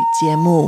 节目。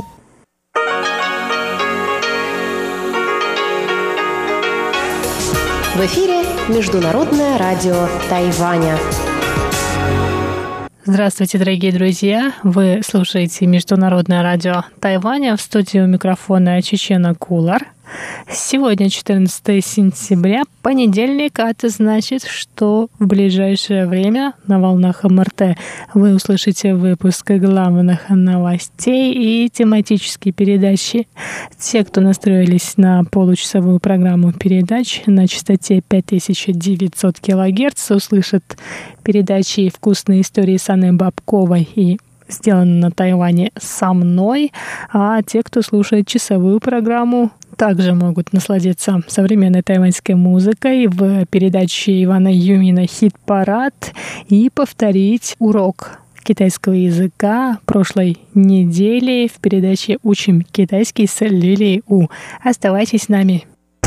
В эфире Международное радио Тайваня. Здравствуйте, дорогие друзья! Вы слушаете Международное радио Тайваня. В студии у микрофона Чечена Кулар. Сегодня 14 сентября, понедельник, а это значит, что в ближайшее время на волнах МРТ вы услышите выпуск главных новостей и тематические передачи. Те, кто настроились на получасовую программу передач на частоте 5900 кГц, услышат передачи «Вкусные истории» с Анной Бабковой и «Сделано на Тайване со мной», а те, кто слушает часовую программу, также могут насладиться современной тайваньской музыкой в передаче Ивана Юмина «Хит-парад» и повторить урок китайского языка прошлой недели в передаче «Учим китайский» с Лилией У. Оставайтесь с нами.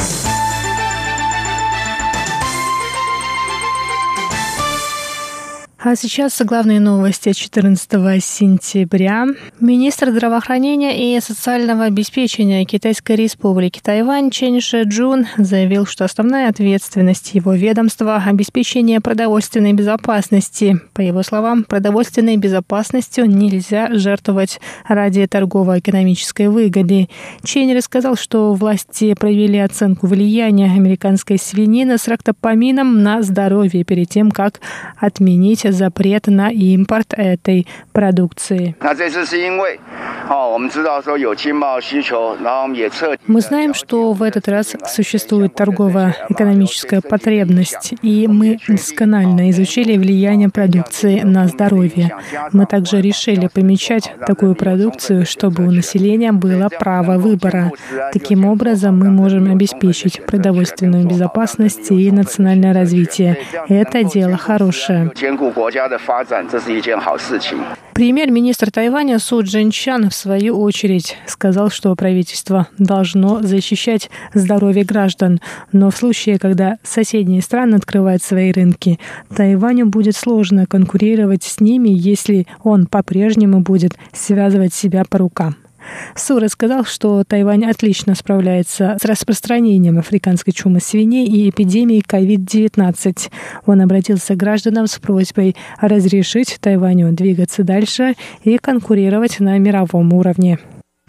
А сейчас главные новости 14 сентября. Министр здравоохранения и социального обеспечения Китайской республики Тайвань Чен Шэджун заявил, что основная ответственность его ведомства – обеспечение продовольственной безопасности. По его словам, продовольственной безопасностью нельзя жертвовать ради торгово-экономической выгоды. Чен рассказал, что власти провели оценку влияния американской свинины с рактопамином на здоровье перед тем, как отменить запрет на импорт этой продукции. Мы знаем, что в этот раз существует торгово-экономическая потребность, и мы досконально изучили влияние продукции на здоровье. Мы также решили помечать такую продукцию, чтобы у населения было право выбора. Таким образом, мы можем обеспечить продовольственную безопасность и национальное развитие. Это дело хорошее. Премьер-министр Тайваня Су Чжэньчан в свою очередь сказал, что правительство должно защищать здоровье граждан. Но в случае, когда соседние страны открывают свои рынки, Тайваню будет сложно конкурировать с ними, если он по-прежнему будет связывать себя по рукам. Су рассказал, что Тайвань отлично справляется с распространением африканской чумы свиней и эпидемией COVID-19. Он обратился к гражданам с просьбой разрешить Тайваню двигаться дальше и конкурировать на мировом уровне.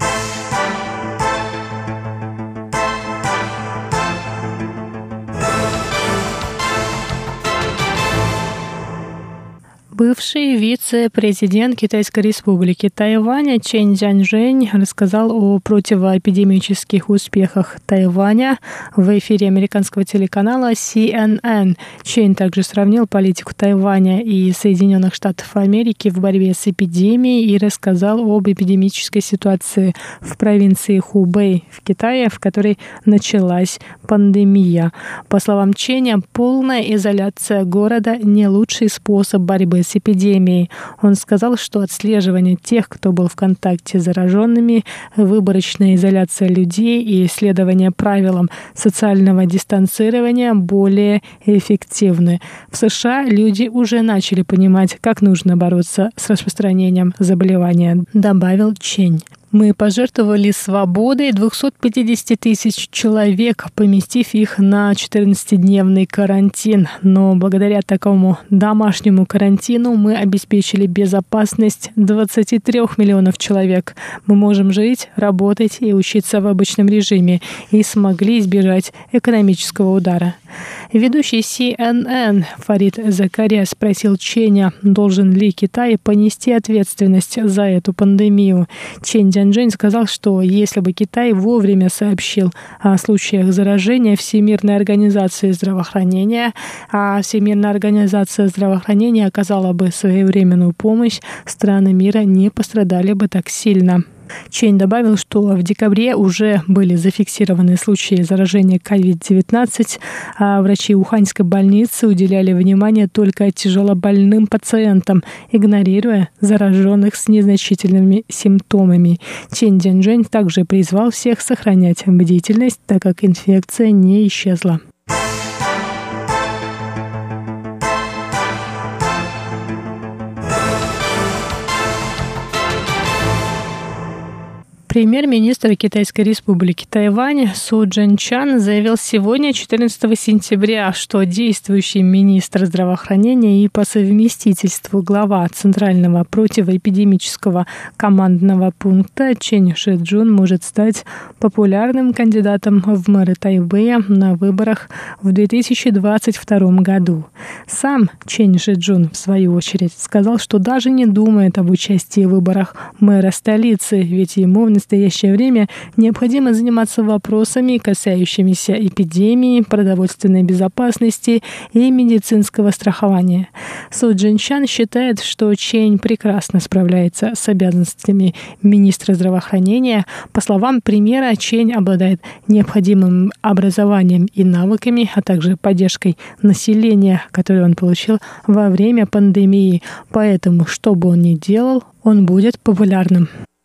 Бывший вице-президент Китайской республики Тайваня Чен Цзяньжэнь рассказал о противоэпидемических успехах Тайваня в эфире американского телеканала CNN. Чен также сравнил политику Тайваня и Соединенных Штатов Америки в борьбе с эпидемией и рассказал об эпидемической ситуации в провинции Хубэй в Китае, в которой началась пандемия. По словам Ченя, полная изоляция города – не лучший способ борьбы с эпидемией. Он сказал, что отслеживание тех, кто был в контакте с зараженными, выборочная изоляция людей и следование правилам социального дистанцирования более эффективны. В США люди уже начали понимать, как нужно бороться с распространением заболевания, добавил Чень. Мы пожертвовали свободой 250 тысяч человек, поместив их на 14-дневный карантин. Но благодаря такому домашнему карантину мы обеспечили безопасность 23 миллионов человек. Мы можем жить, работать и учиться в обычном режиме и смогли избежать экономического удара. Ведущий CNN Фарид Закария спросил Ченя, должен ли Китай понести ответственность за эту пандемию. Чен Цзяньжэнь сказал, что если бы Китай вовремя сообщил о случаях заражения Всемирной организации здравоохранения, а Всемирная организация здравоохранения оказала бы своевременную помощь, страны мира не пострадали бы так сильно. Чень добавил, что в декабре уже были зафиксированы случаи заражения COVID-19, а врачи Уханьской больницы уделяли внимание только тяжелобольным пациентам, игнорируя зараженных с незначительными симптомами. Чен Цзяньжэнь также призвал всех сохранять бдительность, так как инфекция не исчезла. Премьер-министр Китайской республики Тайвань Су Чжэньчан заявил сегодня, 14 сентября, что действующий министр здравоохранения и по совместительству глава Центрального противоэпидемического командного пункта Чэнь Шэджун может стать популярным кандидатом в мэры Тайбэя на выборах в 2022 году. Сам Чэнь Шэджун, в свою очередь, сказал, что даже не думает об участии в выборах мэра столицы, ведь ему в настоящее время необходимо заниматься вопросами, касающимися эпидемии, продовольственной безопасности и медицинского страхования. Су Чжэньчан считает, что Чэнь прекрасно справляется с обязанностями министра здравоохранения. По словам премьера, Чэнь обладает необходимым образованием и навыками, а также поддержкой населения, которую он получил во время пандемии. Поэтому, что бы он ни делал, он будет популярным.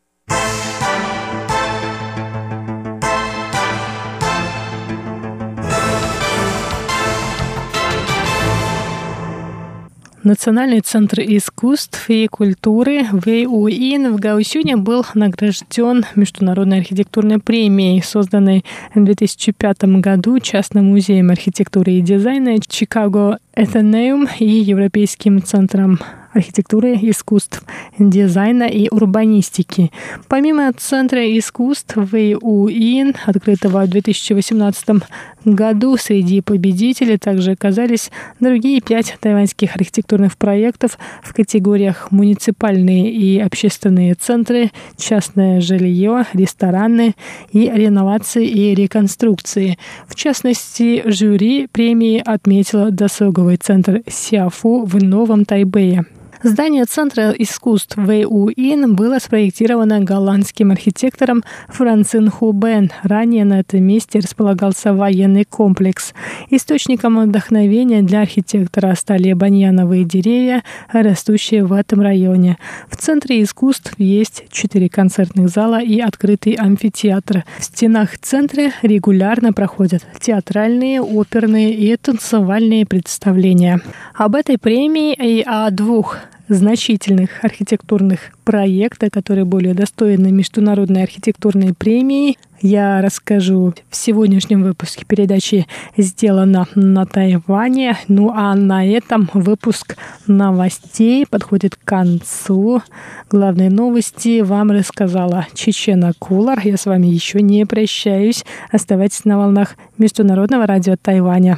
Национальный центр искусств и культуры Вэйуин в Гаосюне был награжден Международной архитектурной премией, созданной в 2005 году частным музеем архитектуры и дизайна Chicago Athenaeum и Европейским центром архитектуры, искусств, дизайна и урбанистики. Помимо Центра искусств Вэйуин, открытого в 2018 году, среди победителей также оказались другие 5 тайваньских архитектурных проектов в категориях муниципальные и общественные центры, частное жилье, рестораны и реновации и реконструкции. В частности, жюри премии отметило досуговый центр Сяфу в Новом Тайбэе. Здание Центра искусств Вэйуин было спроектировано голландским архитектором Францин Хубен. Ранее на этом месте располагался военный комплекс. Источником вдохновения для архитектора стали баньяновые деревья, растущие в этом районе. В Центре искусств есть 4 концертных зала и открытый амфитеатр. В стенах центра регулярно проходят театральные, оперные и танцевальные представления. Об этой премии и о 2 значительных архитектурных проектах, которые были удостоены Международной архитектурной премии, я расскажу в сегодняшнем выпуске передачи «Сделано на Тайване». Ну а на этом выпуск новостей подходит к концу. Главные новости вам рассказала Чечена Кулар. Я с вами еще не прощаюсь. Оставайтесь на волнах Международного радио Тайваня.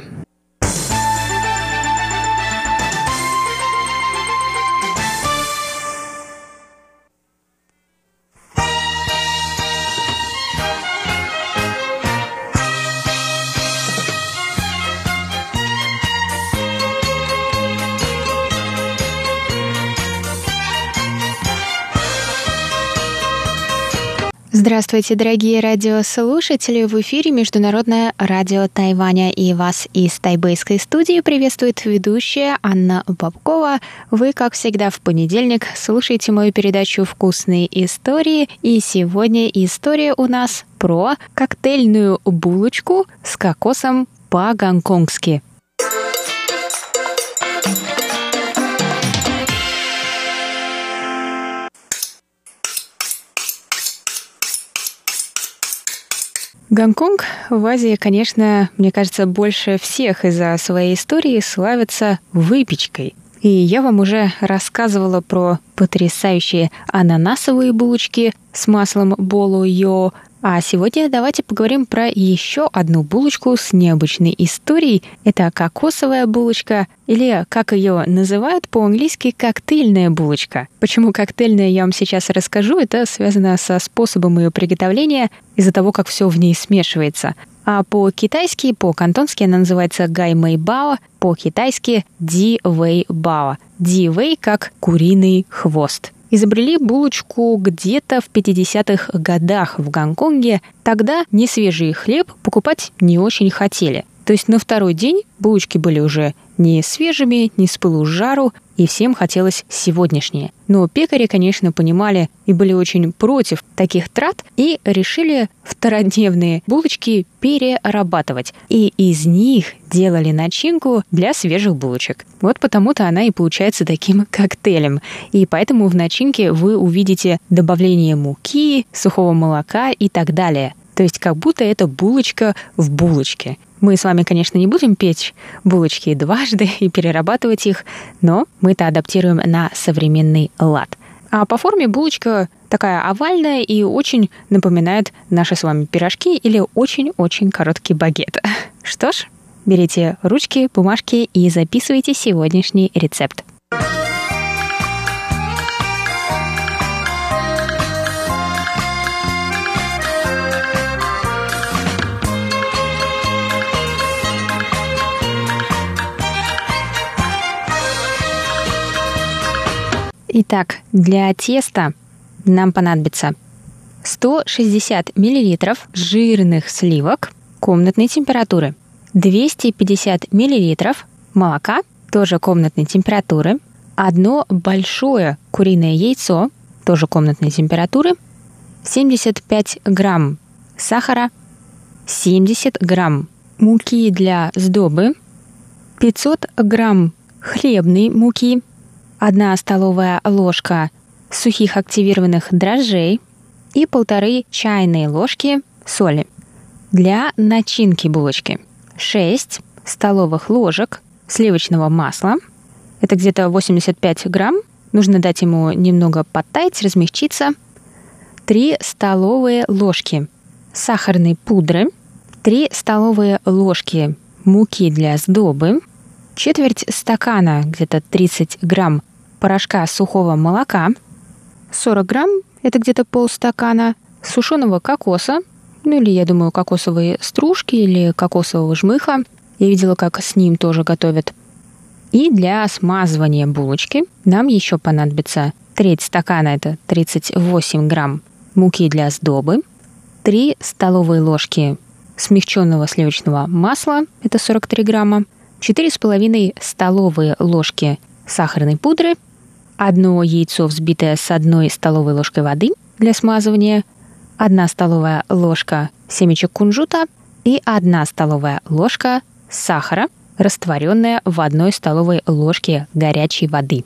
Здравствуйте, дорогие радиослушатели! В эфире Международное радио Тайваня, и вас из тайбэйской студии приветствует ведущая Анна Бабкова. Вы, как всегда, в понедельник слушаете мою передачу «Вкусные истории», и сегодня история у нас про коктейльную булочку с кокосом по-гонконгски. Гонконг в Азии, конечно, мне кажется, больше всех из-за своей истории славится выпечкой. И я вам уже рассказывала про потрясающие ананасовые булочки с маслом боло-йо. А сегодня давайте поговорим про еще одну булочку с необычной историей. Это кокосовая булочка, или, как ее называют по-английски, коктейльная булочка. Почему коктейльная, я вам сейчас расскажу. Это связано со способом ее приготовления из-за того, как все в ней смешивается. А по-китайски, по-кантонски она называется гай мэй бао, по-китайски ди вэй бао. Ди вэй как куриный хвост. Изобрели булочку где-то в 50-х годах в Гонконге. Тогда несвежий хлеб покупать не очень хотели. То есть на второй день булочки были уже не свежими, не с пылу с жару, и всем хотелось сегодняшнее. Но пекари, конечно, понимали и были очень против таких трат и решили втородневные булочки перерабатывать. И из них делали начинку для свежих булочек. Вот потому-то она и получается таким коктейлем. И поэтому в начинке вы увидите добавление муки, сухого молока и так далее. То есть как будто это булочка в булочке. Мы с вами, конечно, не будем печь булочки дважды и перерабатывать их, но мы это адаптируем на современный лад. А по форме булочка такая овальная и очень напоминает наши с вами пирожки или очень-очень короткий багет. Что ж, берите ручки, бумажки и записывайте сегодняшний рецепт. Итак, для теста нам понадобится 160 мл жирных сливок комнатной температуры, 250 мл молока, тоже комнатной температуры, одно большое куриное яйцо, тоже комнатной температуры, 75 грамм сахара, 70 грамм муки для сдобы, 500 грамм хлебной муки, 1 столовая ложка сухих активированных дрожжей и 1,5 чайные ложки соли. Для начинки булочки 6 столовых ложек сливочного масла. Это где-то 85 грамм. Нужно дать ему немного подтаять, размягчиться. 3 столовые ложки сахарной пудры. 3 столовые ложки муки для сдобы. Четверть стакана, где-то 30 грамм порошка сухого молока, 40 грамм, это где-то полстакана, сушеного кокоса, ну или, я думаю, кокосовые стружки или кокосового жмыха. Я видела, как с ним тоже готовят. И для смазывания булочки нам еще понадобится треть стакана, это 38 грамм муки для сдобы, 3 столовые ложки смягченного сливочного масла, это 43 грамма, 4,5 столовые ложки сахарной пудры, 1 яйцо, взбитое с 1 столовой ложкой воды для смазывания, 1 столовая ложка семечек кунжута и 1 столовая ложка сахара, растворенная в 1 столовой ложке горячей воды.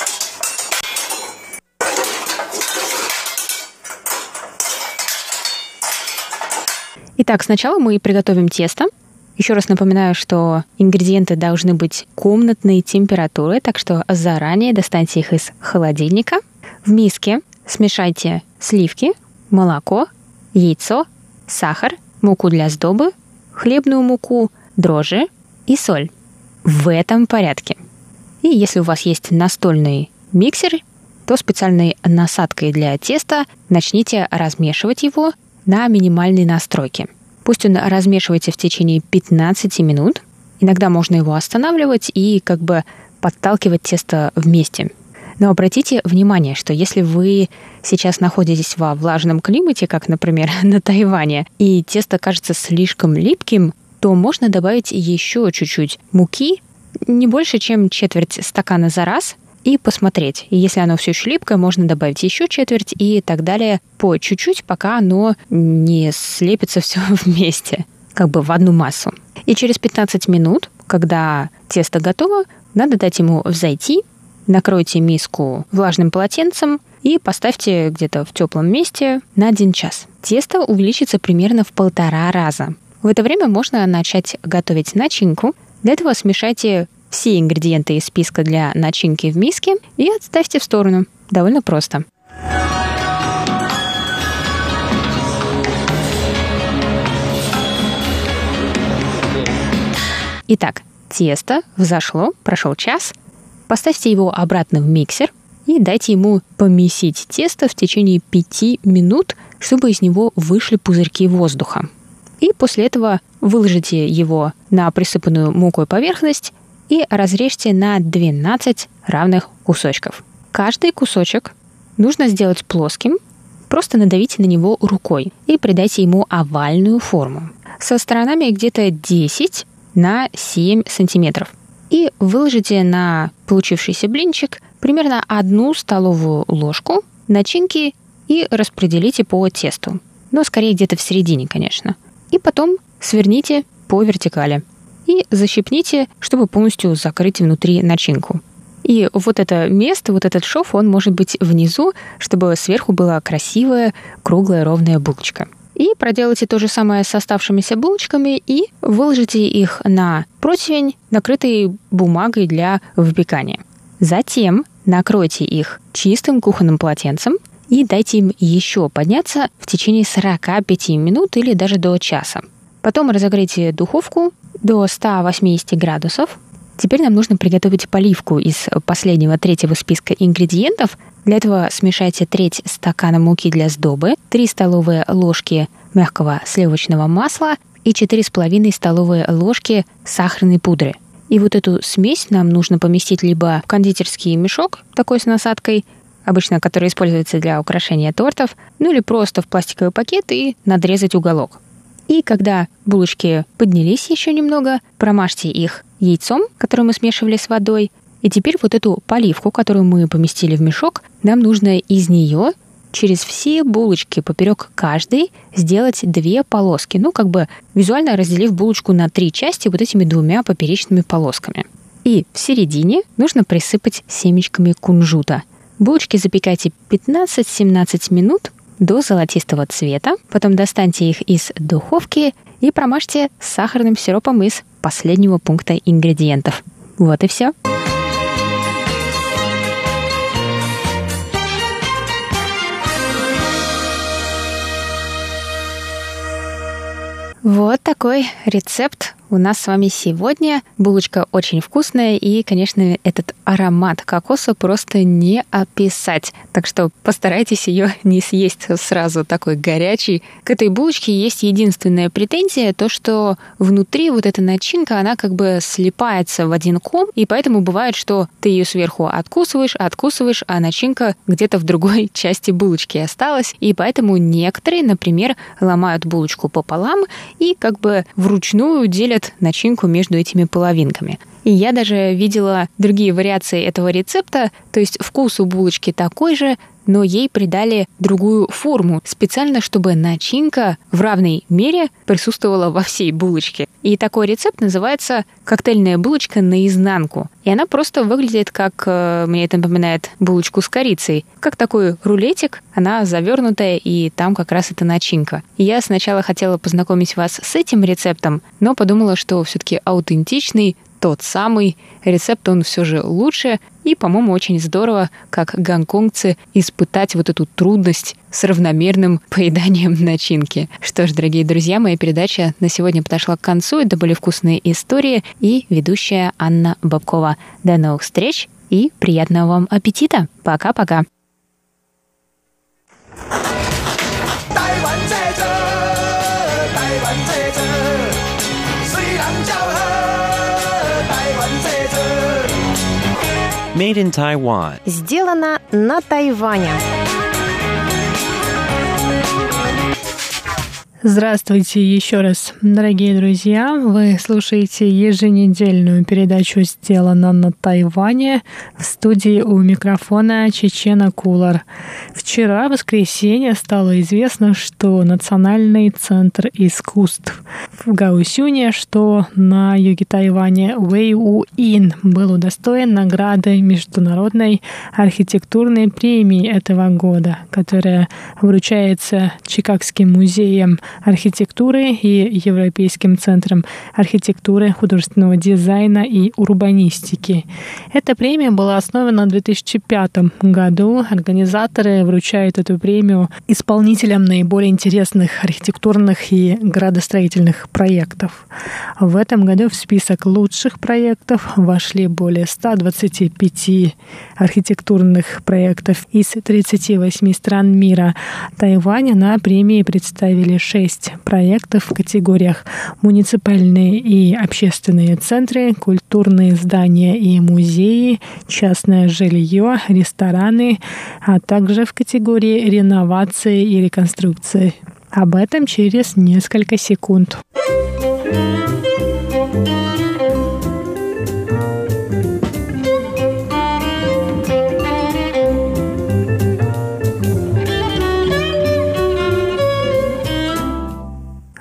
Итак, сначала мы приготовим тесто. Еще раз напоминаю, что ингредиенты должны быть комнатной температуры, так что заранее достаньте их из холодильника. В миске смешайте сливки, молоко, яйцо, сахар, муку для сдобы, хлебную муку, дрожжи и соль. В этом порядке. И если у вас есть настольный миксер, то специальной насадкой для теста начните размешивать его на минимальной настройке. Пусть он размешивается в течение 15 минут. Иногда можно его останавливать и как бы подталкивать тесто вместе. Но обратите внимание, что если вы сейчас находитесь во влажном климате, как, например, на Тайване, и тесто кажется слишком липким, то можно добавить еще чуть-чуть муки, не больше, чем четверть стакана за раз, и посмотреть. И если оно все еще липкое, можно добавить еще четверть и так далее по чуть-чуть, пока оно не слепится все вместе, как бы в одну массу. И через 15 минут, когда тесто готово, надо дать ему взойти, накройте миску влажным полотенцем и поставьте где-то в теплом месте на 1 час. Тесто увеличится примерно в 1,5 раза. В это время можно начать готовить начинку. Для этого смешайте все ингредиенты из списка для начинки в миске и отставьте в сторону. Довольно просто. Итак, тесто взошло, прошел час. Поставьте его обратно в миксер и дайте ему помесить тесто в течение 5 минут, чтобы из него вышли пузырьки воздуха. И после этого выложите его на присыпанную мукой поверхность и разрежьте на 12 равных кусочков. Каждый кусочек нужно сделать плоским, просто надавите на него рукой и придайте ему овальную форму. Со сторонами где-то 10 на 7 сантиметров. И выложите на получившийся блинчик примерно 1 столовую ложку начинки и распределите по тесту. Но скорее где-то в середине, конечно. И потом сверните по вертикали. И защипните, чтобы полностью закрыть внутри начинку. И вот это место, вот этот шов, он может быть внизу, чтобы сверху была красивая, круглая, ровная булочка. И проделайте то же самое с оставшимися булочками и выложите их на противень, накрытый бумагой для выпекания. Затем накройте их чистым кухонным полотенцем и дайте им еще подняться в течение 45 минут или даже до часа. Потом разогрейте духовку до 180 градусов. Теперь нам нужно приготовить поливку из последнего, третьего списка ингредиентов. Для этого смешайте треть стакана муки для сдобы, 3 столовые ложки мягкого сливочного масла и 4,5 столовые ложки сахарной пудры. И вот эту смесь нам нужно поместить либо в кондитерский мешок, такой с насадкой, обычно который используется для украшения тортов, ну или просто в пластиковый пакет и надрезать уголок. И когда булочки поднялись еще немного, промажьте их яйцом, которое мы смешивали с водой. И теперь вот эту поливку, которую мы поместили в мешок, нам нужно из нее через все булочки поперек каждой сделать 2 полоски. Ну, как бы визуально разделив булочку на 3 части вот этими 2 поперечными полосками. И в середине нужно присыпать семечками кунжута. Булочки запекайте 15-17 минут до золотистого цвета. Потом достаньте их из духовки и промажьте сахарным сиропом из последнего пункта ингредиентов. Вот и все. Вот такой рецепт у нас с вами сегодня. Булочка очень вкусная, и, конечно, этот аромат кокоса просто не описать. Так что постарайтесь ее не съесть сразу такой горячей. К этой булочке есть единственная претензия, то, что внутри вот эта начинка, она как бы слипается в один ком, и поэтому бывает, что ты ее сверху откусываешь, а начинка где-то в другой части булочки осталась, и поэтому некоторые, например, ломают булочку пополам и как бы вручную делят начинку между этими половинками. И я даже видела другие вариации этого рецепта, то есть вкус у булочки такой же, но ей придали другую форму, специально, чтобы начинка в равной мере присутствовала во всей булочке. И такой рецепт называется «коктейльная булочка наизнанку». И она просто выглядит как, мне это напоминает, булочку с корицей. Как такой рулетик, она завернутая, и там как раз эта начинка. И я сначала хотела познакомить вас с этим рецептом, но подумала, что все-таки аутентичный, тот самый рецепт, он все же лучше. И, по-моему, очень здорово, как гонконгцы, испытать вот эту трудность с равномерным поеданием начинки. Что ж, дорогие друзья, моя передача на сегодня подошла к концу. Это были вкусные истории и ведущая Анна Бабкова. До новых встреч и приятного вам аппетита. Пока-пока. Made in Taiwan. Сделано на Тайване. Здравствуйте еще раз, дорогие друзья! Вы слушаете еженедельную передачу «Сделано на Тайване». В студии у микрофона Чечена Кулар. Вчера, в воскресенье, стало известно, что Национальный центр искусств в Гаосюне, что на юге Тайваня, Вэйу-Ин, был удостоен награды Международной архитектурной премии этого года, которая вручается Чикагским музеем архитектуры и Европейским центром архитектуры, художественного дизайна и урбанистики. Эта премия была основана в 2005 году. Организаторы вручают эту премию исполнителям наиболее интересных архитектурных и градостроительных проектов. В этом году в список лучших проектов вошли более 125 архитектурных проектов из 38 стран мира. Тайваня на премии представили 6 проектов в категориях муниципальные и общественные центры, культурные здания и музеи, частное жилье, рестораны, а также в категории реновации и реконструкции. Об этом через несколько секунд.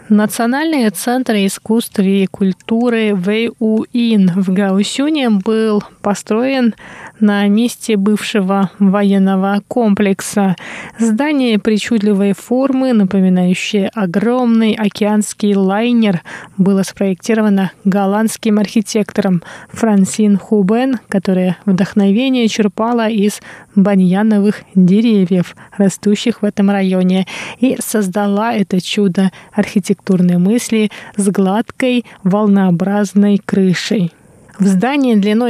Национальный центр искусств и культуры Вэйуин в Гаосюне был построен на месте бывшего военного комплекса. Здание причудливой формы, напоминающее огромный океанский лайнер, было спроектировано голландским архитектором Франсин Хубен, которая вдохновение черпала из баньяновых деревьев, растущих в этом районе, и создала это чудо архитектурной мысли с гладкой волнообразной крышей. В здании длиной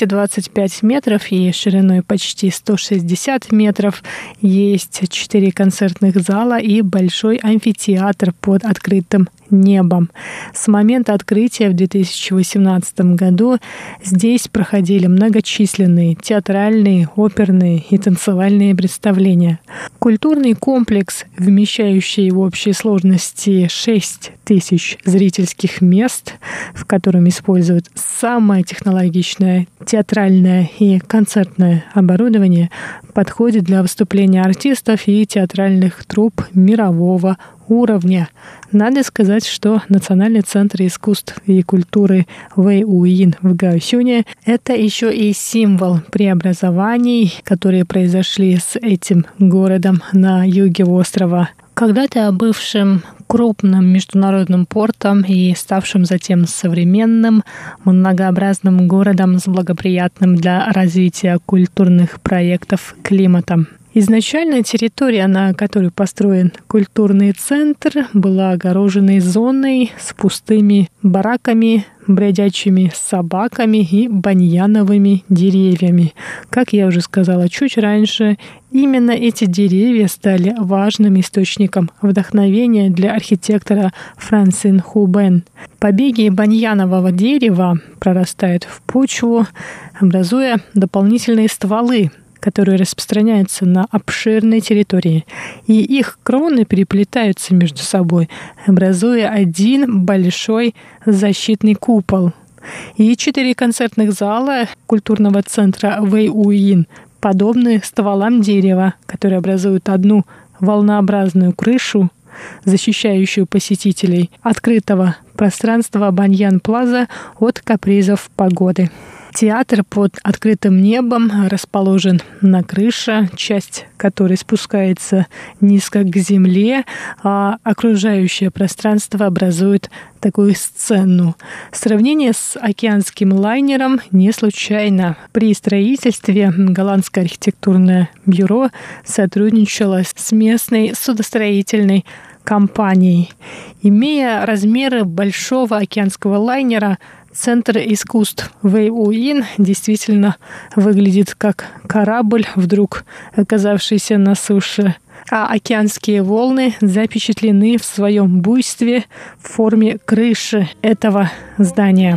225 метров и шириной почти 160 метров есть 4 концертных зала и большой амфитеатр под открытым небом. С момента открытия в 2018 году здесь проходили многочисленные театральные, оперные и танцевальные представления. Культурный комплекс, вмещающий в общей сложности 6 тысяч зрительских мест, в котором используют самое технологичное театральное и концертное оборудование, подходит для выступления артистов и театральных труп мирового уровня. Надо сказать, что Национальный центр искусств и культуры Вэйуин в Гаосюне – это еще и символ преобразований, которые произошли с этим городом на юге острова. Когда-то бывшим крупным международным портом и ставшим затем современным, многообразным городом с благоприятным для развития культурных проектов климатом. Изначально территория, на которой построен культурный центр, была огороженной зоной с пустыми бараками, бродячими собаками и баньяновыми деревьями. Как я уже сказала чуть раньше, именно эти деревья стали важным источником вдохновения для архитектора Франсин Хубен. Побеги баньянового дерева прорастают в почву, образуя дополнительные стволы, которые распространяются на обширной территории, и их кроны переплетаются между собой, образуя один большой защитный купол. И 4 концертных зала культурного центра Вэйуин подобны стволам дерева, которые образуют одну волнообразную крышу, защищающую посетителей открытого пространства Баньян-Плаза от капризов погоды. Театр под открытым небом расположен на крыше, часть которой спускается низко к земле, а окружающее пространство образует такую сцену. Сравнение с океанским лайнером не случайно. При строительстве голландское архитектурное бюро сотрудничало с местной судостроительной компанией. Имея размеры большого океанского лайнера, Центр искусств Вэйуин действительно выглядит как корабль, вдруг оказавшийся на суше, а океанские волны запечатлены в своем буйстве в форме крыши этого здания.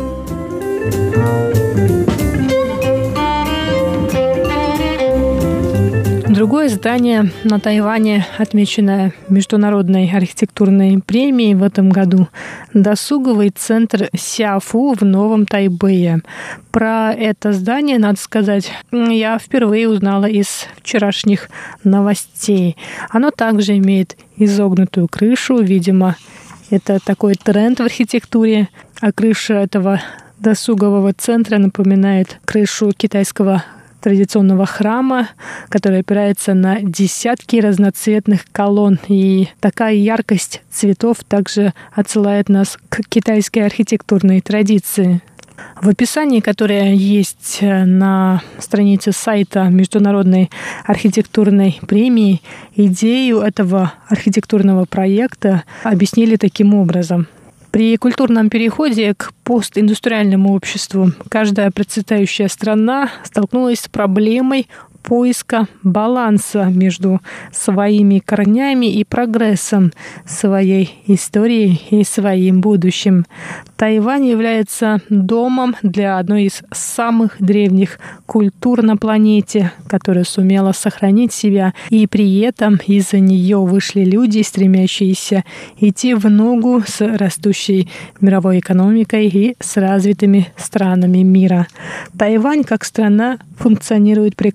Другое здание на Тайване, отмеченное Международной архитектурной премией в этом году, досуговый центр Сяофу в Новом Тайбэе. Про это здание, надо сказать, я впервые узнала из вчерашних новостей. Оно также имеет изогнутую крышу, видимо, это такой тренд в архитектуре, а крыша этого досугового центра напоминает крышу китайского традиционного храма, который опирается на десятки разноцветных колонн. И такая яркость цветов также отсылает нас к китайской архитектурной традиции. В описании, которое есть на странице сайта Международной архитектурной премии, идею этого архитектурного проекта объяснили таким образом. При культурном переходе к постиндустриальному обществу каждая процветающая страна столкнулась с проблемой поиска баланса между своими корнями и прогрессом, своей историей и своим будущим. Тайвань является домом для одной из самых древних культур на планете, которая сумела сохранить себя, и при этом из-за нее вышли люди, стремящиеся идти в ногу с растущей мировой экономикой и с развитыми странами мира. Тайвань как страна функционирует прекрасно.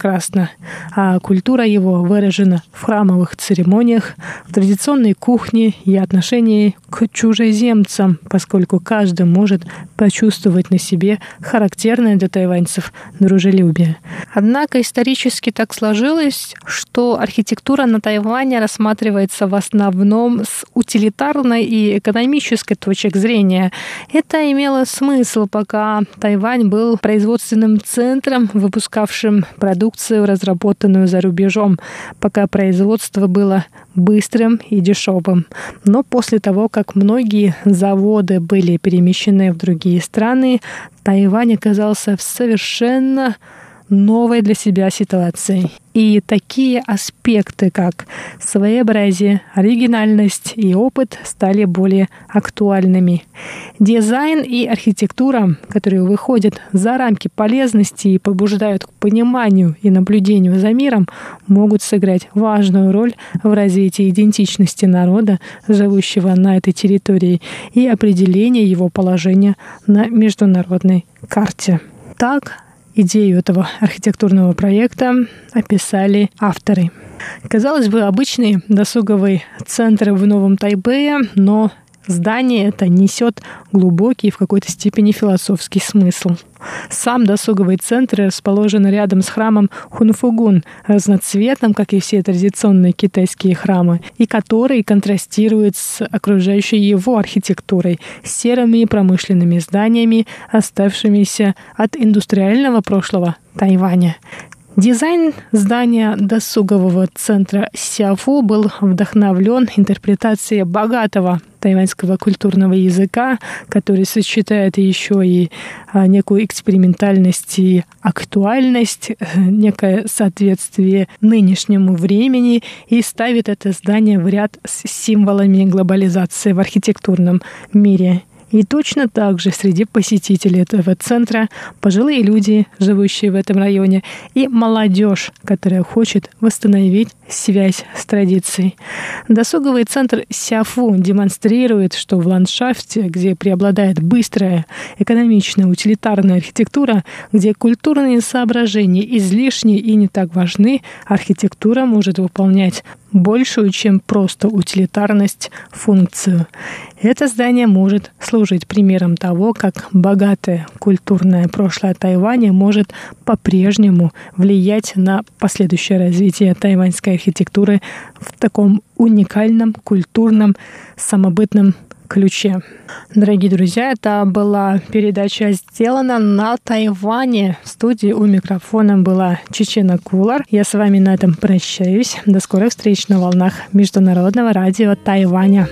мира, а культура его выражена в храмовых церемониях, в традиционной кухне и отношении к чужеземцам, поскольку каждый может почувствовать на себе характерное для тайваньцев дружелюбие. Однако исторически так сложилось, что архитектура на Тайване рассматривается в основном с утилитарной и экономической точек зрения. Это имело смысл, пока Тайвань был производственным центром, выпускавшим продукцию, разработанную за рубежом, пока производство было быстрым и дешевым. Но после того, как многие заводы были перемещены в другие страны, Тайвань оказался в совершенно новой для себя ситуации. И такие аспекты, как своеобразие, оригинальность и опыт, стали более актуальными. Дизайн и архитектура, которые выходят за рамки полезности и побуждают к пониманию и наблюдению за миром, могут сыграть важную роль в развитии идентичности народа, живущего на этой территории, и определении его положения на международной карте. Так, идею этого архитектурного проекта описали авторы. Казалось бы, обычный досуговый центр в Новом Тайбэе, но здание это несет глубокий и в какой-то степени философский смысл. Сам досуговый центр расположен рядом с храмом Хунфугун, разноцветным, как и все традиционные китайские храмы, и который контрастирует с окружающей его архитектурой, серыми промышленными зданиями, оставшимися от индустриального прошлого Тайваня. Дизайн здания досугового центра Сяфу был вдохновлен интерпретацией богатого тайваньского культурного языка, который сочетает еще и некую экспериментальность и актуальность, некое соответствие нынешнему времени и ставит это здание в ряд с символами глобализации в архитектурном мире. И точно так же среди посетителей этого центра пожилые люди, живущие в этом районе, и молодежь, которая хочет восстановить связь с традицией. Досуговый центр Сяфу демонстрирует, что в ландшафте, где преобладает быстрая, экономичная, утилитарная архитектура, где культурные соображения излишни и не так важны, архитектура может выполнять большую, чем просто утилитарность, функцию. Это здание может служить примером того, как богатое культурное прошлое Тайваня может по-прежнему влиять на последующее развитие тайваньской архитектуры в таком уникальном культурном самобытном ключе. Дорогие друзья, это была передача «Сделана на Тайване». В студии у микрофона была Чечена Кулар. Я с вами на этом прощаюсь. До скорых встреч на волнах Международного радио Тайваня.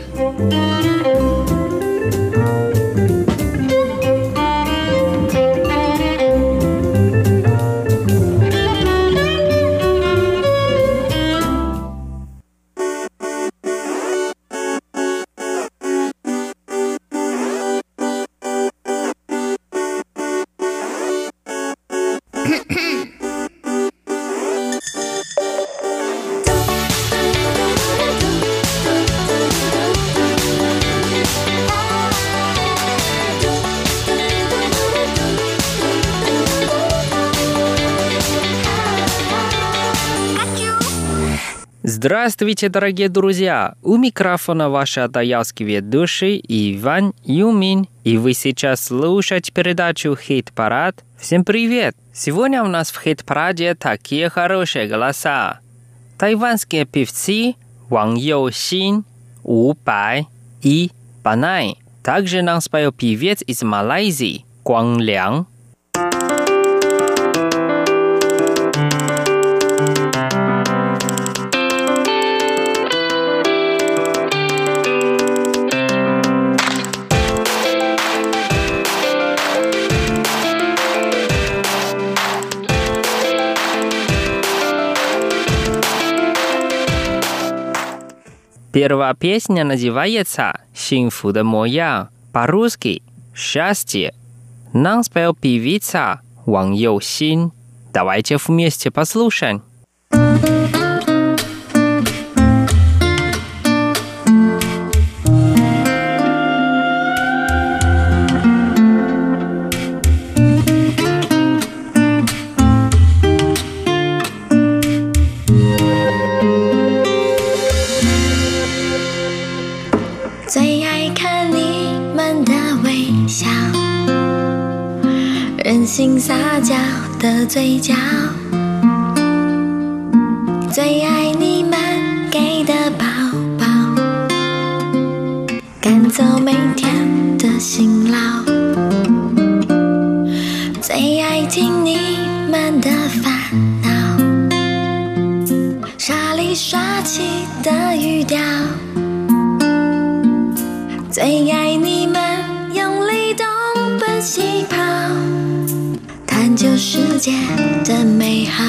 Здравствуйте, дорогие друзья! У микрофона ваш таялский ведущий Иван Юмин. И вы сейчас слушаете передачу «Хит-парад». Всем привет! Сегодня у нас в «Хит-параде» такие хорошие голоса. Тайванские певцы Ван Йоусин, У Бай и Банай. Также нам спел певец из Малайзии Гуан Лян. Первая песня называется «Синфу де моя», по-русски «Счастье». Нам спел певица Ван Йоусин. Давайте вместе послушаем. 心撒娇的嘴角，最爱你们给的抱抱，赶走每天的辛劳，最爱听你们的烦恼，沙里刷起的语调，最爱你们用力动奔起跑，探究世界的美好，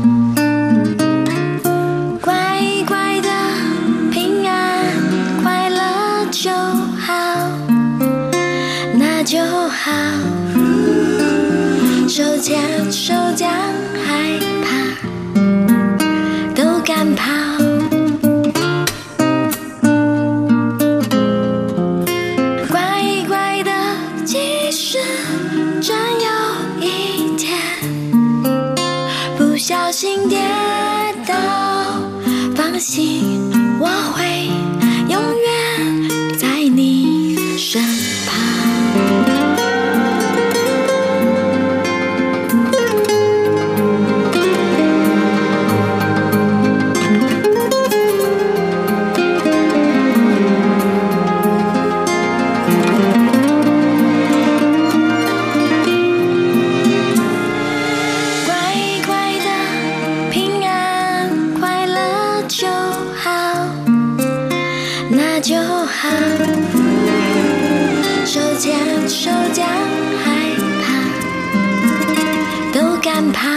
乖乖的平安快乐就好，那就好，手牵手将害怕都赶跑，不小心跌倒，放心，我会永远在你身旁。手牵手将害怕都赶跑，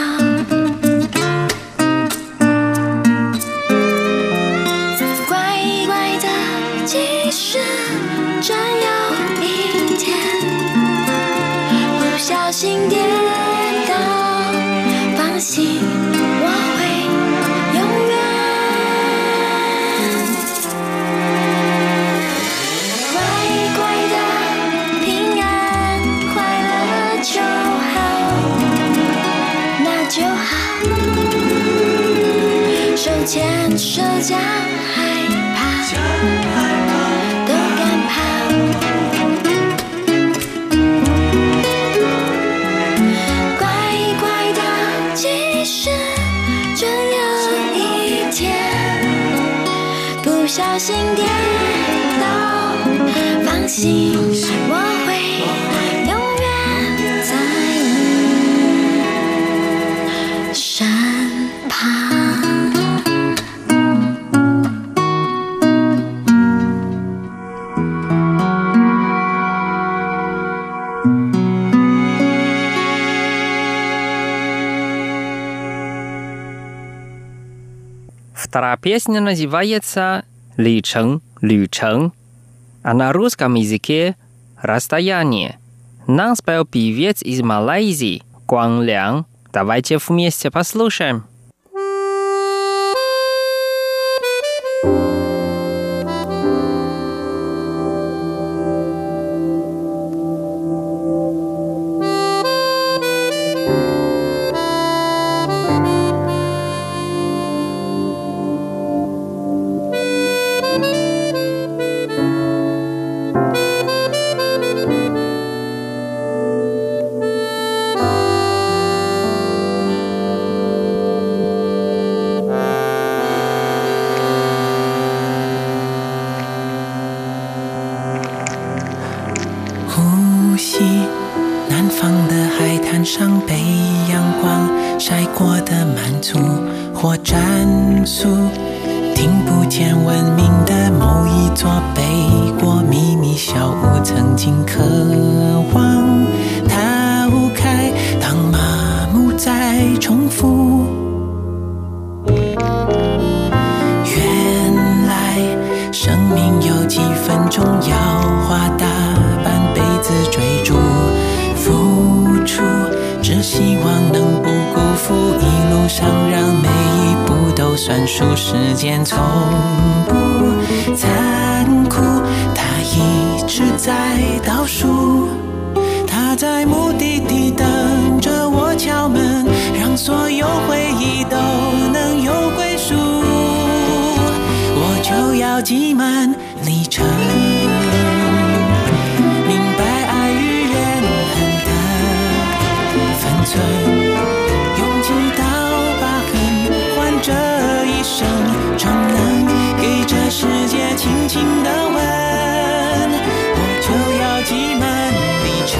乖乖的，即使真有一天不小心跌倒，放心，我会永远就好，手牵手将害怕都赶跑，乖乖的，即使真有一天不小心跌倒，放心，我会永远在身旁。 Вторая песня называется «Ли Чэн, Лю Чэн», а на русском языке «Расстояние». Нам спел певец из Малайзии Гуан Лян. Давайте вместе послушаем. 上被阳光晒过的满足或战术，听不见文明的某一座北国秘密小屋，曾经渴望逃开，当麻木再重复。原来生命有几分钟要花大半辈子追逐付出，只希望能不辜负一路上让每一步都算数，时间从不残酷，它一直在倒数，它在目的地等着我敲门，让所有回忆都能有归属，我就要挤满里程，明白爱与怨恨的勇气到疤痕，换这一生，终能给这世界轻轻的吻，我就要挤满里程，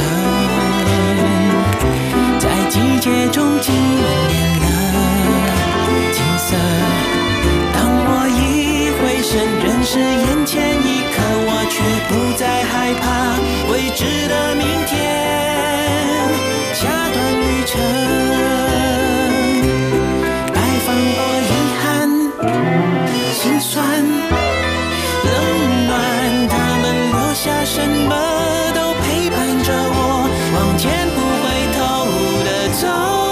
在季节中纪念了景色。当我一回身，认识眼前一刻，我却不再害怕未知的明天。下段旅程，摆放过遗憾、心酸、冷暖，他们留下什么都陪伴着我，往前不回头的走。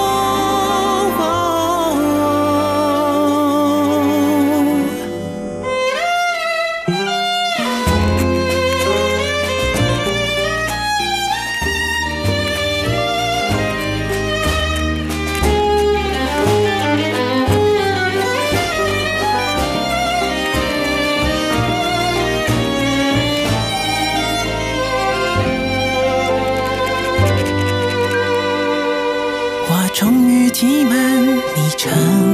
终于挤满里程，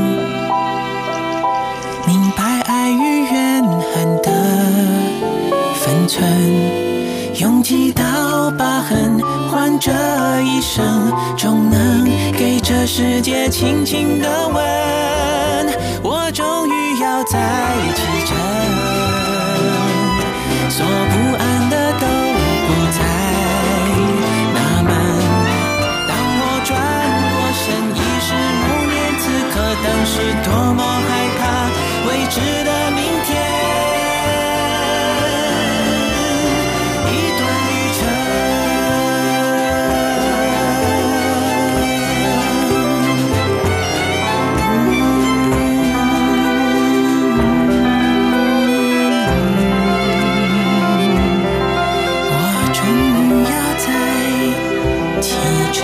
明白爱与怨恨的分寸，拥挤到疤痕，换这一生，终能给这世界轻轻的吻。我终于要再启程，所不安的都不再纳闷。当我转已是暮年，此刻当时多么害怕未知的明天。一段旅程，我终于要再启程。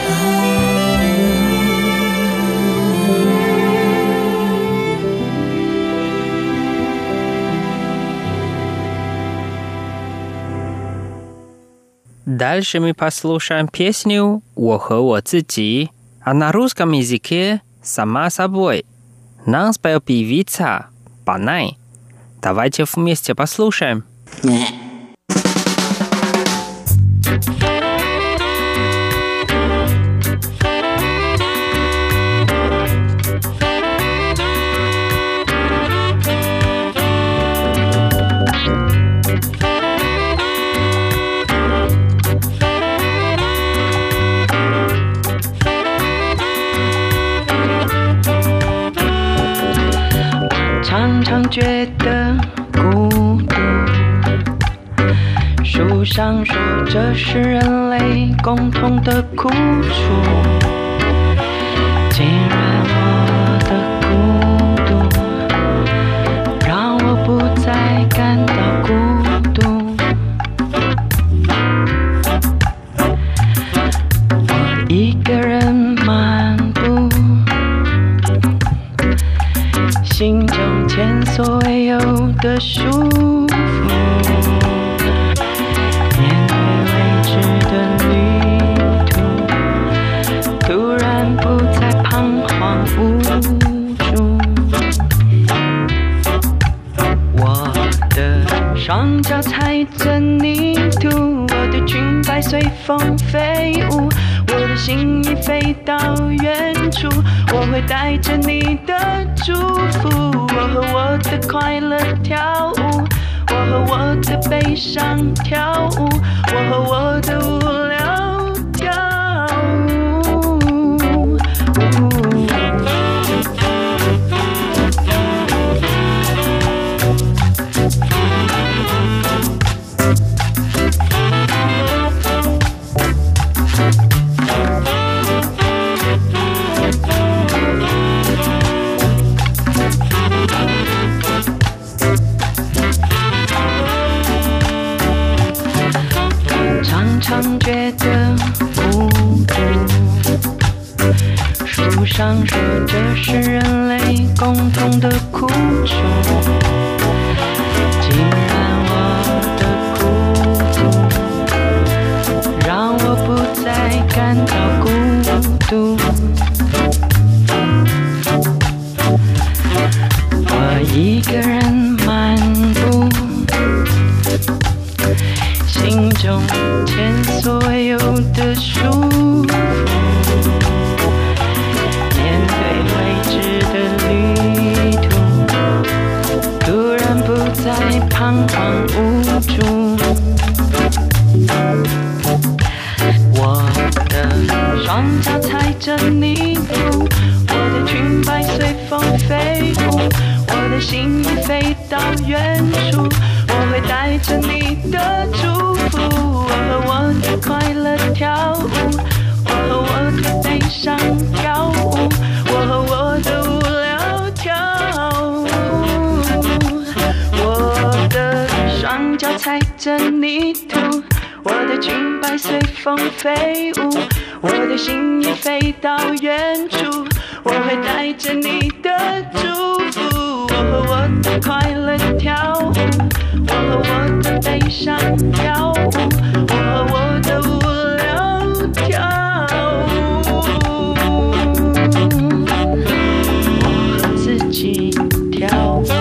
Дальше мы послушаем песню «我和我自己», а на русском языке «Сама собой». Нам спел певица Панай. Давайте вместе послушаем. 常常觉得孤独，书上说这是人类共同的苦楚，既然我的孤独让我不再感到孤独，我一个人漫步，心中前所未有的舒服，面对未知的旅途，突然不再彷徨无助。我的双脚踩着泥土，我的裙摆随风飞舞，我的心已飞到远处，我会带着你的祝福。我和我的快乐跳舞，我和我的悲伤跳舞，我和我的无聊跳舞。常觉得孤独，书上说这是人类共同的苦楚，既然我的孤独让我不再感到孤独。 彷徨无助。我的双脚踩着泥土，我的裙摆随风飞舞，我的心已飞到远处，我会带着你的祝福。我和我的快乐跳舞，我和我的悲伤跳舞，我和我的无聊跳舞。我的双脚踩着泥土，我的裙摆随风飞舞，我的心已飞到远处，我会带着你的祝福。我和我的快乐跳舞，我和我的悲伤跳舞，我和我的无聊跳舞，我和自己跳舞。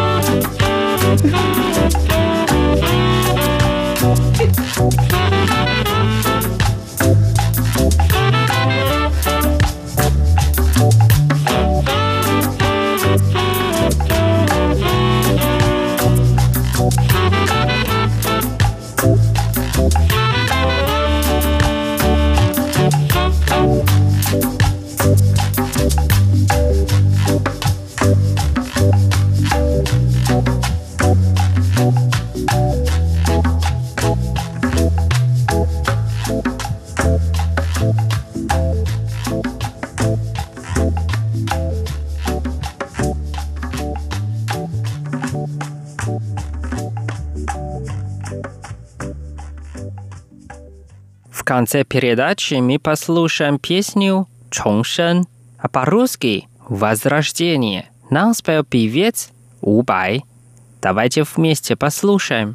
В конце передачи мы послушаем песню «Чонгшен», а по-русски «Возрождение». Нам спел певец Убай. Давайте вместе послушаем.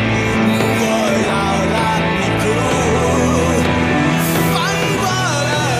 放过了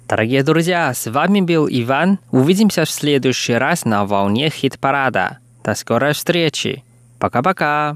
Дорогие друзья, с вами был Иван. Увидимся в следующий раз на волне хит-парада. До скорой встречи. Пока-пока.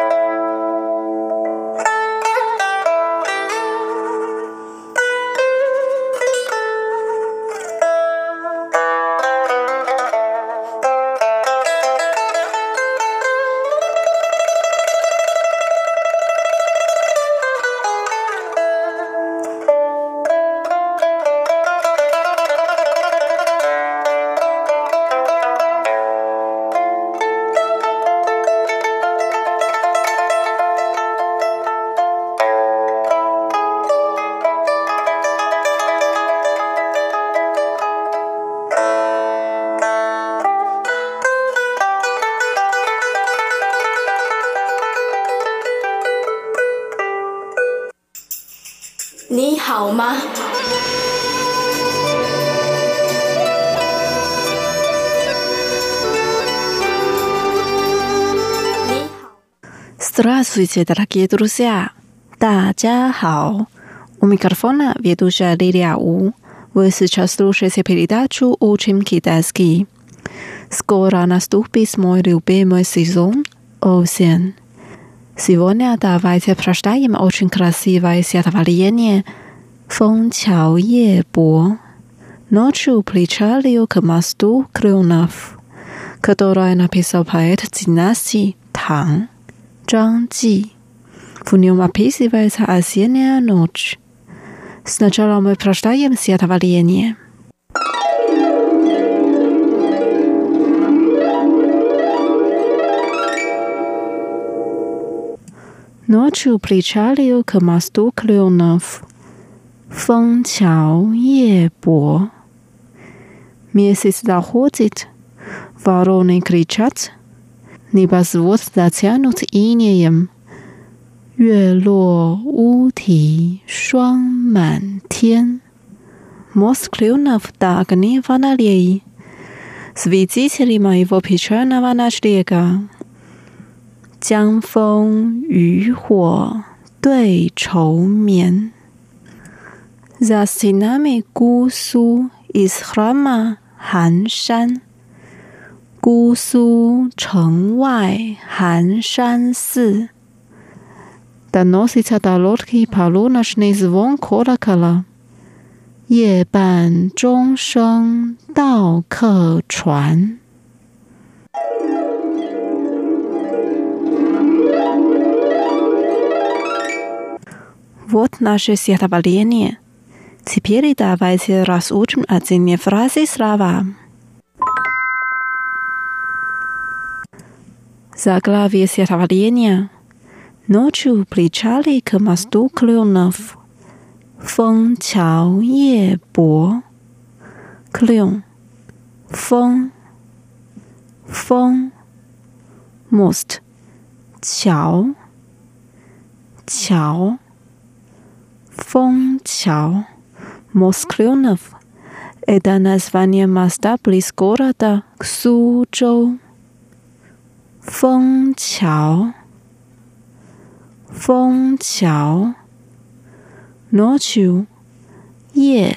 你好吗？ Здравствуйте, дорогие друзья! 大家好! У микрофона ведущая Лилия У. Вы сейчас слушаете передачу «Учим китайский». Скоро наступит мой любимый сезон – осень. Сегодня давайте прочитаем очень красивое стихотворение «Фэн чао е бо». Ночью причалил к мосту Клюнов, которое написал поэт династии Тang Чжан Цзи. В нем описывается осенняя ночь. Сначала мы прочитаем стихотворение. Ночью причалил к мосту Клюнов. Фэн чао е бо. Месяц заходит, вороны кричат, небосвод затянут инеем. 月落乌啼霜满天. Мост Клюнов до огня фонарей, свидетели моего печального ночлега. 江枫渔火对愁眠. За стенами Гусу из храма Ханшан. Гусу城外寒山寺. Доносится до лодки полуночный звон колокола. 夜半钟声到客船. Вот наше стихотворение. Теперь давайте разучим отдельные фразы и слова. Заглавие стихотворения. Ночью причалил к мосту Клюнов. Фэн чао е бо. Клюн. Фэн. Фэн. Мост. Чао. Чао. Фэн чао. Мост Клюнов. Это название моста близ города Сузhou. Фэн чао. Фэн чао. Ночью. Е.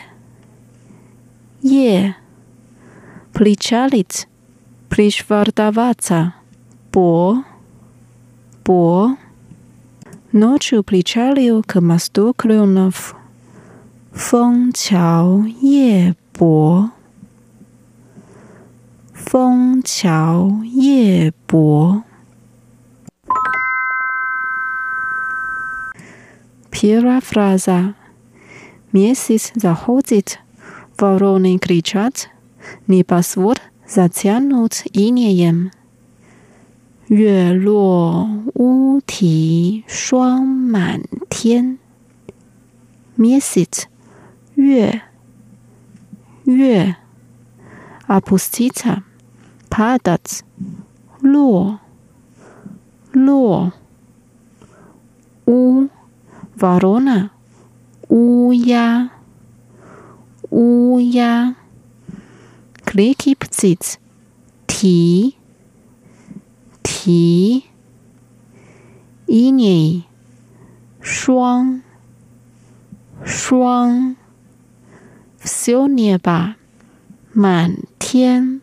Е. Причалить. Пришвартоваться. Бо. Бо. Ночью причалил к мосту Клюнов. Фэн чао е бо. Фэн чао е бо. Первая фраза. Месяц заходит, вороны кричат, небосвод затянут инеем. 月落乌啼霜满天. Месяц. 月. 月. Опуститься. Падать. 落. 落. У. Ворона. Уя. Уя. Крики птиц. Ти. Ти. Иней. Шуан. Шуан. В все небо, 满天,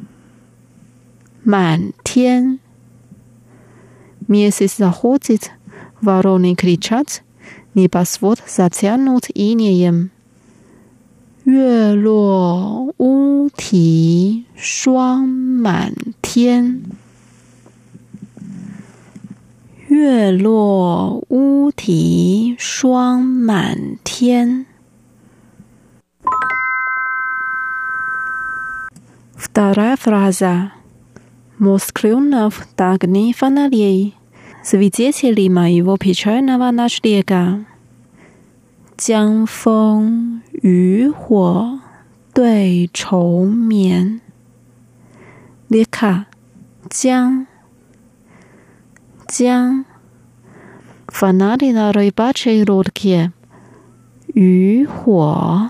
满天. Месяц заходит, вороны кричат, небосвод затянут инеем. 月落乌啼霜满天，月落乌啼霜满天。Вторая фраза. Москлюнов так не фонарей, свидетели моего печального ночлега. 江枫渔火对愁眠。Река, 江 Фонари на рыбачьей лодке. 渔火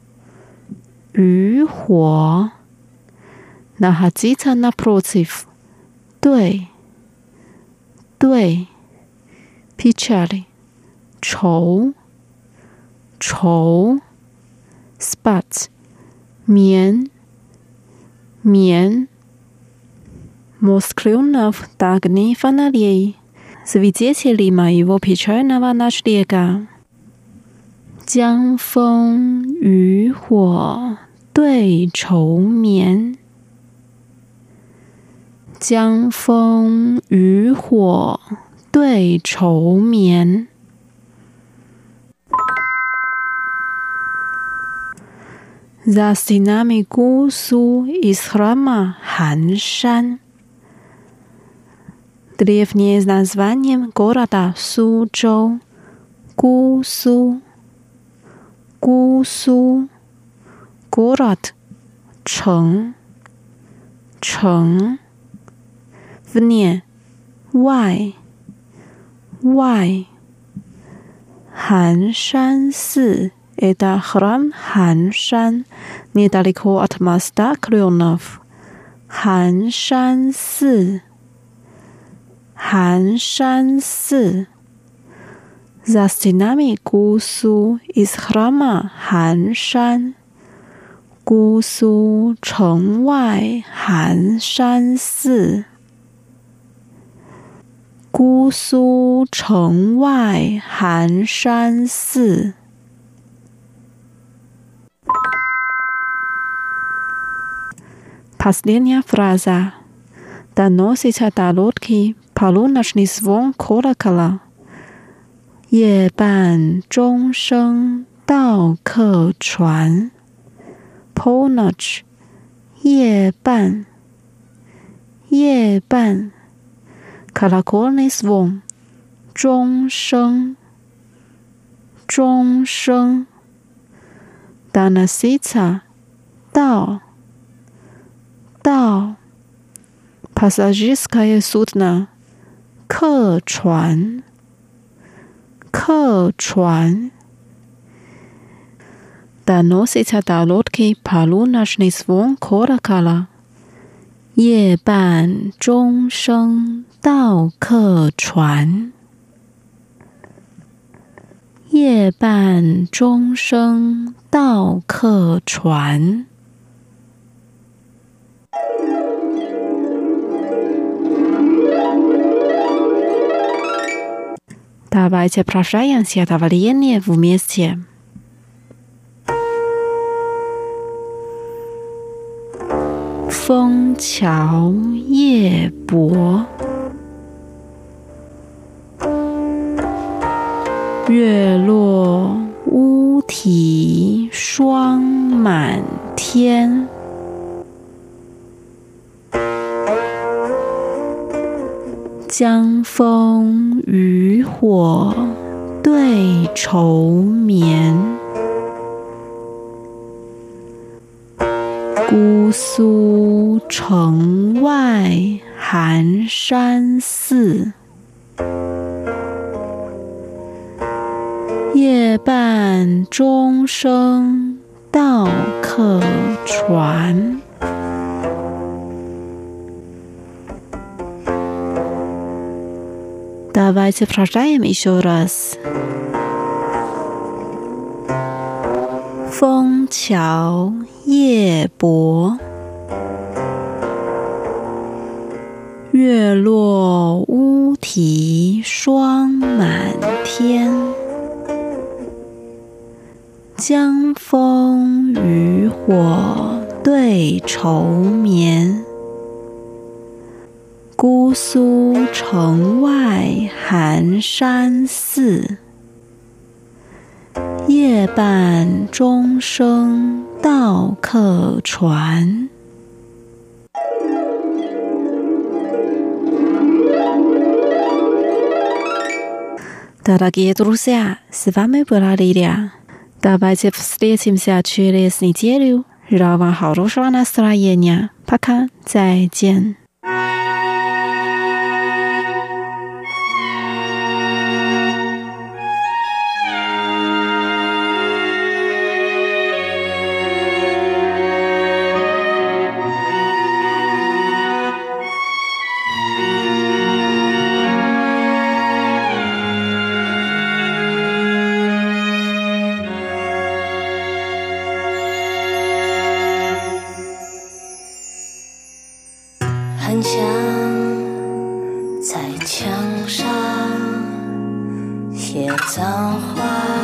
Находиться напротив. 对 Печали. 愁 Спать. 眠 Москлюнов так не фонарей, свидетели моего печального ночлега. 江枫渔火对愁眠。江枫渔火对愁眠。За стенами Гусу из храма Ханшан. Древнее название города Сузhou. Гусу. Город. 城 вне. 外 Ханшан-寺. Это храм Ханшан, недалеко от моста Клёнов. Ханшан-寺. За стенами Гусу из храма Ханшан. Гусу 城外 Ханшан-寺. Гусу 城外 Ханшан-寺. Последняя фраза. Доносится до лодки полуночный звон колокола. 夜半钟声到客船。Полночь. 夜半 Колокольный звон. 钟声 Доносится. 到 Пассажирское судно. 客船 Доносится до лодки полуночный звон колокола. 夜半钟声到客船。夜半钟声到客船。Давайте прощаемся до времени вместе. 枫桥夜泊，月落乌啼霜满天。江枫渔火对愁眠。姑苏城外寒山寺，夜半钟声到客船。Давайте прочитаем еще раз. 枫桥夜泊，月落乌啼霜满天。江枫渔火对愁眠，姑苏城外寒山寺。夜半钟声到客船。Дорогие друзья, с вами была Лилия. Давайте встретимся через неделю. Желаю вам хорошего настроения. Пока, 再见。 很想在墙上写脏话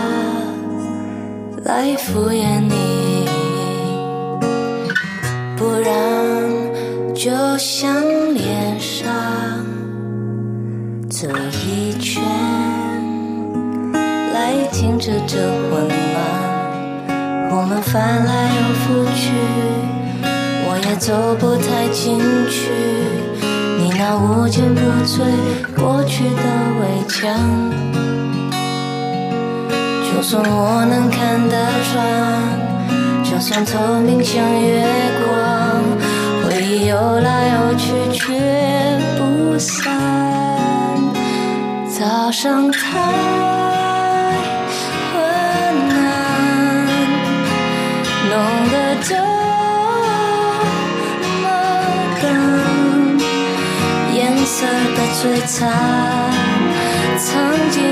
来敷衍你，不然就像脸上走一圈来停止这混乱，我们翻来又覆去，我也走不太进去，你那无坚不摧过去的围墙，就算我能看得穿，就算透明像月光，回忆游来游去却不散，早上太昏暗，弄得这颜色的璀璨，曾经